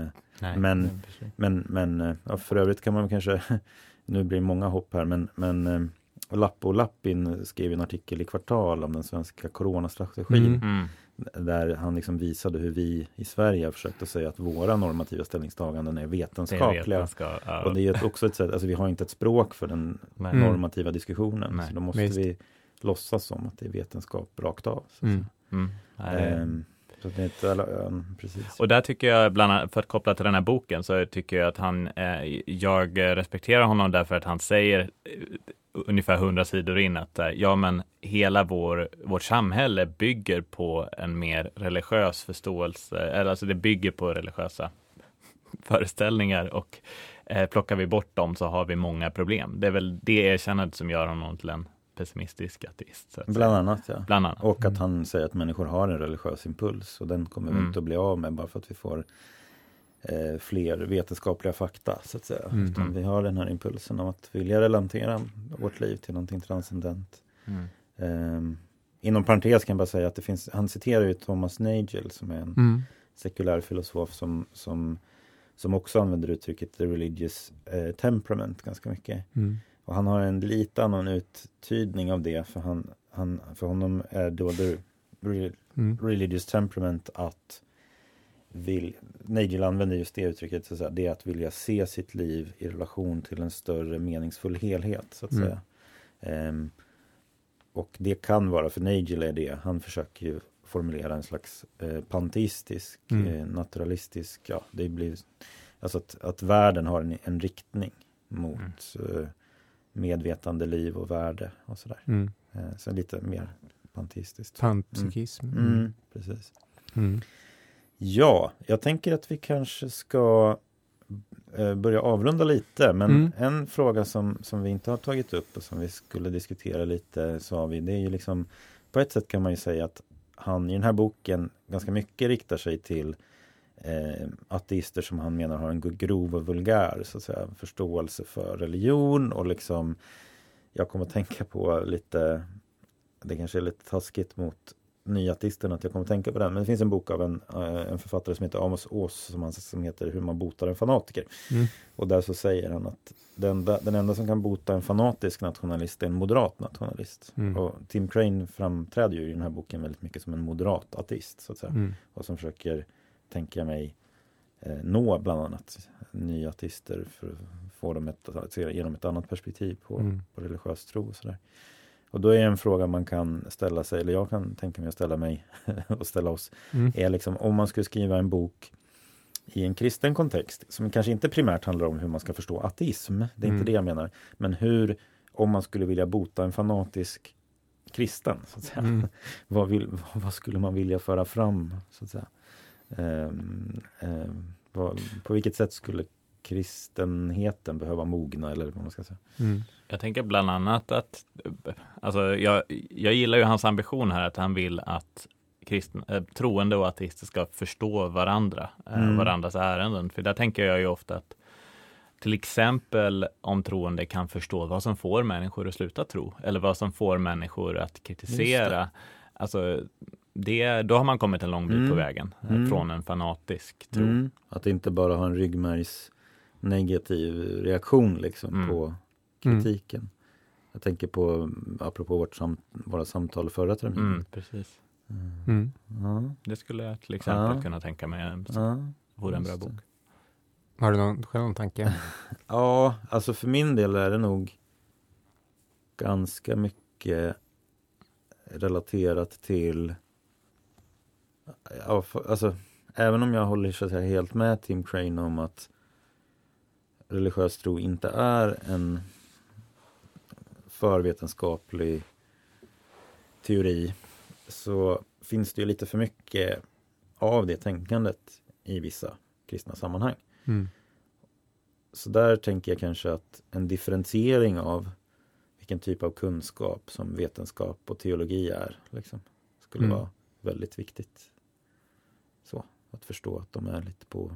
Speaker 1: Men för övrigt kan man kanske, nu blir det många hopp här, men Lappo Lappin skrev en artikel i Kvartal om den svenska coronastrategin, där han liksom visade hur vi i Sverige har försökt att säga att våra normativa ställningstaganden är vetenskapliga. Och det är också ett sätt, alltså vi har inte ett språk för den normativa diskussionen, så då måste vi låtsas som att det är vetenskap rakt av. Så det är precis.
Speaker 2: Och där tycker jag, bland annat, för att koppla till den här boken, så tycker jag att jag respekterar honom därför att han säger ungefär 100 sidor in att men hela vårt samhälle bygger på en mer religiös förståelse, eller alltså det bygger på religiösa föreställningar, och plockar vi bort dem så har vi många problem. Det är väl det erkännandet som gör honom till en pessimistisk ateist.
Speaker 1: Bland annat, ja.
Speaker 2: Bland annat.
Speaker 1: Och att han säger att människor har en religiös impuls, och den kommer vi inte att bli av med bara för att vi får fler vetenskapliga fakta, så att säga. Utan vi har den här impulsen om att vilja relatera vårt liv till någonting transcendent. Inom parentes kan jag bara säga att det finns, han citerar ju Thomas Nagel som är en sekulär filosof som också använder uttrycket the religious temperament ganska mycket. Och han har en lite annan uttydning av det, för honom är då the religious temperament att Nagel använder just det uttrycket, så att säga, det är att vilja se sitt liv i relation till en större meningsfull helhet, så att säga. Och det kan vara, för Nagel är det, han försöker ju formulera en slags panteistisk, naturalistisk, det blir alltså att världen har en riktning mot medvetande liv och värde och sådär. Så lite mer panteistiskt.
Speaker 3: Panpsykism.
Speaker 1: Precis. Ja, jag tänker att vi kanske ska börja avrunda lite, men en fråga som vi inte har tagit upp och som vi skulle diskutera lite, sa vi, det är ju liksom, på ett sätt kan man ju säga att han i den här boken ganska mycket riktar sig till ateister som han menar har en grov och vulgär så att säga, förståelse för religion, och liksom jag kommer att tänka på lite, det kanske är lite taskigt mot nyateisterna att jag kommer att tänka på den, men det finns en bok av en författare som heter Amos Oz som heter Hur man botar en fanatiker. Och där så säger han att den enda som kan bota en fanatisk nationalist är en moderat nationalist. Och Tim Crane framträder ju i den här boken väldigt mycket som en moderat ateist så att säga. Och som försöker, tänka mig, nå bland annat nya ateister för att få dem att se genom ett annat perspektiv på religiös tro och sådär. Och då är en fråga man kan ställa sig, eller jag kan tänka mig att ställa mig och ställa oss, är liksom om man skulle skriva en bok i en kristen kontext som kanske inte primärt handlar om hur man ska förstå ateism, det är inte det jag menar, men hur, om man skulle vilja bota en fanatisk kristen så att säga, vad skulle man vilja föra fram så att säga, på vilket sätt skulle kristenheten behöva mogna, eller vad man ska säga.
Speaker 2: Jag tänker bland annat att alltså jag gillar ju hans ambition här, att han vill att troende och ateister ska förstå varandra, varandras ärenden. För där tänker jag ju ofta att till exempel om troende kan förstå vad som får människor att sluta tro, eller vad som får människor att kritisera, alltså då har man kommit en lång bit på vägen från en fanatisk tro.
Speaker 1: Att inte bara ha en ryggmärgs negativ reaktion liksom på kritiken. Jag tänker på, apropå våra samtal förra terminen.
Speaker 2: Precis. Det skulle jag till exempel kunna tänka mig vore en bra bok.
Speaker 3: Har du någon tanke?
Speaker 1: Ja, alltså för min del är det nog ganska mycket relaterat till, alltså även om jag håller så att säga helt med Tim Crane om att religiös tro inte är en förvetenskaplig teori, så finns det ju lite för mycket av det tänkandet i vissa kristna sammanhang. Så där tänker jag kanske att en differentiering av vilken typ av kunskap som vetenskap och teologi är liksom, skulle vara väldigt viktigt. Så, att förstå att de är lite på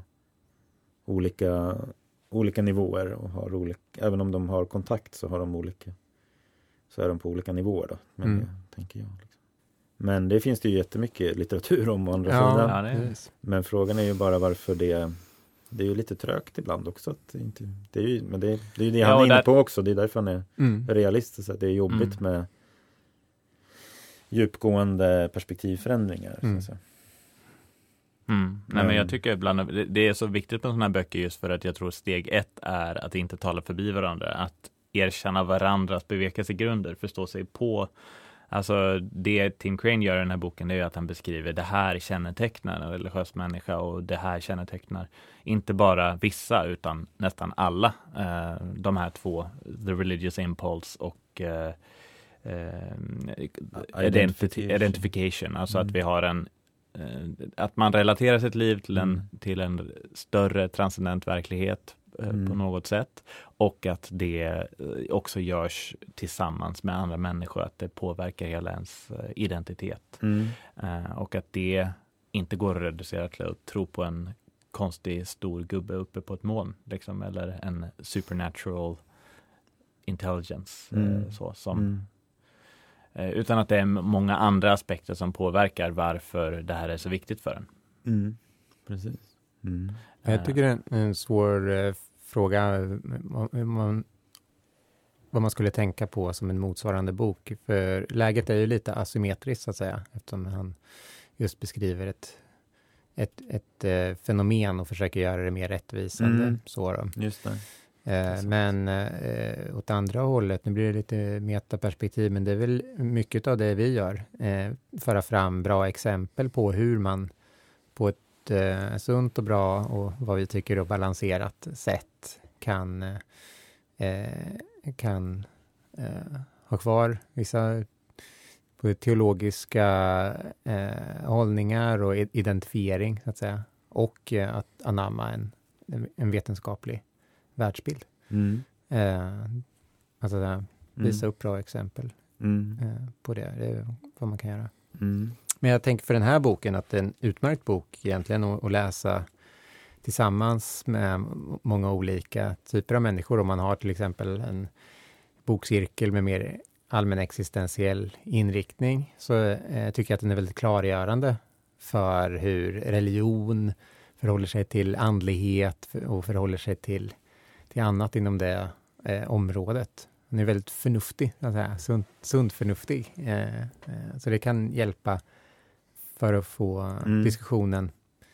Speaker 1: olika nivåer och har olika, även om de har kontakt så är de på olika nivåer då, men det tänker jag liksom. Men det finns det ju jättemycket litteratur om andra sidan.
Speaker 2: Ja, det är.
Speaker 1: Men frågan är ju bara varför det är ju lite trögt ibland också att det är ju det han är inne på också, det är därför han är realistisk, att det är jobbigt med djupgående perspektivförändringar så att säga.
Speaker 2: Nej, men jag tycker ibland det är så viktigt med sådana här böcker, just för att jag tror steg 1 är att inte tala förbi varandra, att erkänna varandras bevekelsegrunder, förstå sig på. Alltså det Tim Crane gör i den här boken, det är ju att han beskriver det här kännetecknar en religiös människa, och det här kännetecknar inte bara vissa utan nästan alla. De här två, the religious impulse och identification. Alltså att vi har att man relaterar sitt liv till en större transcendent verklighet på något sätt, och att det också görs tillsammans med andra människor, att det påverkar hela ens identitet. Och att det inte går att reducera till att tro på en konstig stor gubbe uppe på ett moln liksom, eller en supernatural intelligence utan att det är många andra aspekter som påverkar varför det här är så viktigt för en.
Speaker 1: Precis.
Speaker 3: Jag tycker det är en svår fråga vad man skulle tänka på som en motsvarande bok. För läget är ju lite asymmetriskt så att säga, eftersom han just beskriver ett fenomen och försöker göra det mer rättvisande. Så då.
Speaker 1: Just det.
Speaker 3: Men åt andra hållet, nu blir det lite metaperspektiv, men det är väl mycket av det vi gör. Föra fram bra exempel på hur man på ett sunt och bra och vad vi tycker är balanserat sätt kan ha kvar vissa teologiska hållningar och identifiering så att säga, och att anamma en vetenskaplig världsbild. Alltså visa upp bra exempel på det. Det är vad man kan göra. Men jag tänker för den här boken att det är en utmärkt bok egentligen att läsa tillsammans med många olika typer av människor. Om man har till exempel en bokcirkel med mer allmän existentiell inriktning, så tycker jag att den är väldigt klargörande för hur religion förhåller sig till andlighet och förhåller sig till annat inom det området. Den är väldigt förnuftig, sunt förnuftig. Så det kan hjälpa för att få diskussionen,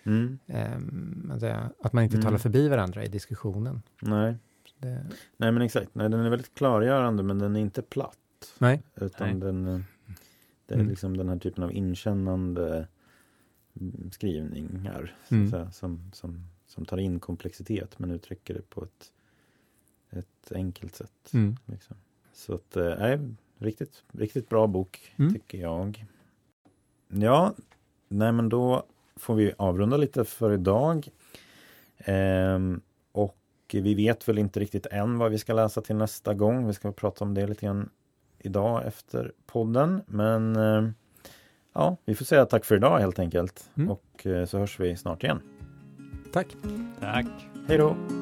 Speaker 3: att man inte talar förbi varandra i diskussionen.
Speaker 1: Nej. Nej, men exakt. Nej, den är väldigt klargörande, men den är inte platt.
Speaker 3: Nej.
Speaker 1: Utan det är liksom den här typen av inkännande skrivningar som tar in komplexitet men uttrycker det på ett enkelt sätt. Liksom. Så att, riktigt bra bok tycker jag. Ja, nej men då får vi avrunda lite för idag. Och vi vet väl inte riktigt än vad vi ska läsa till nästa gång. Vi ska prata om det lite grann idag efter podden. Men ja, vi får säga tack för idag helt enkelt. Och så hörs vi snart igen.
Speaker 3: Tack.
Speaker 2: Tack.
Speaker 1: Hej då.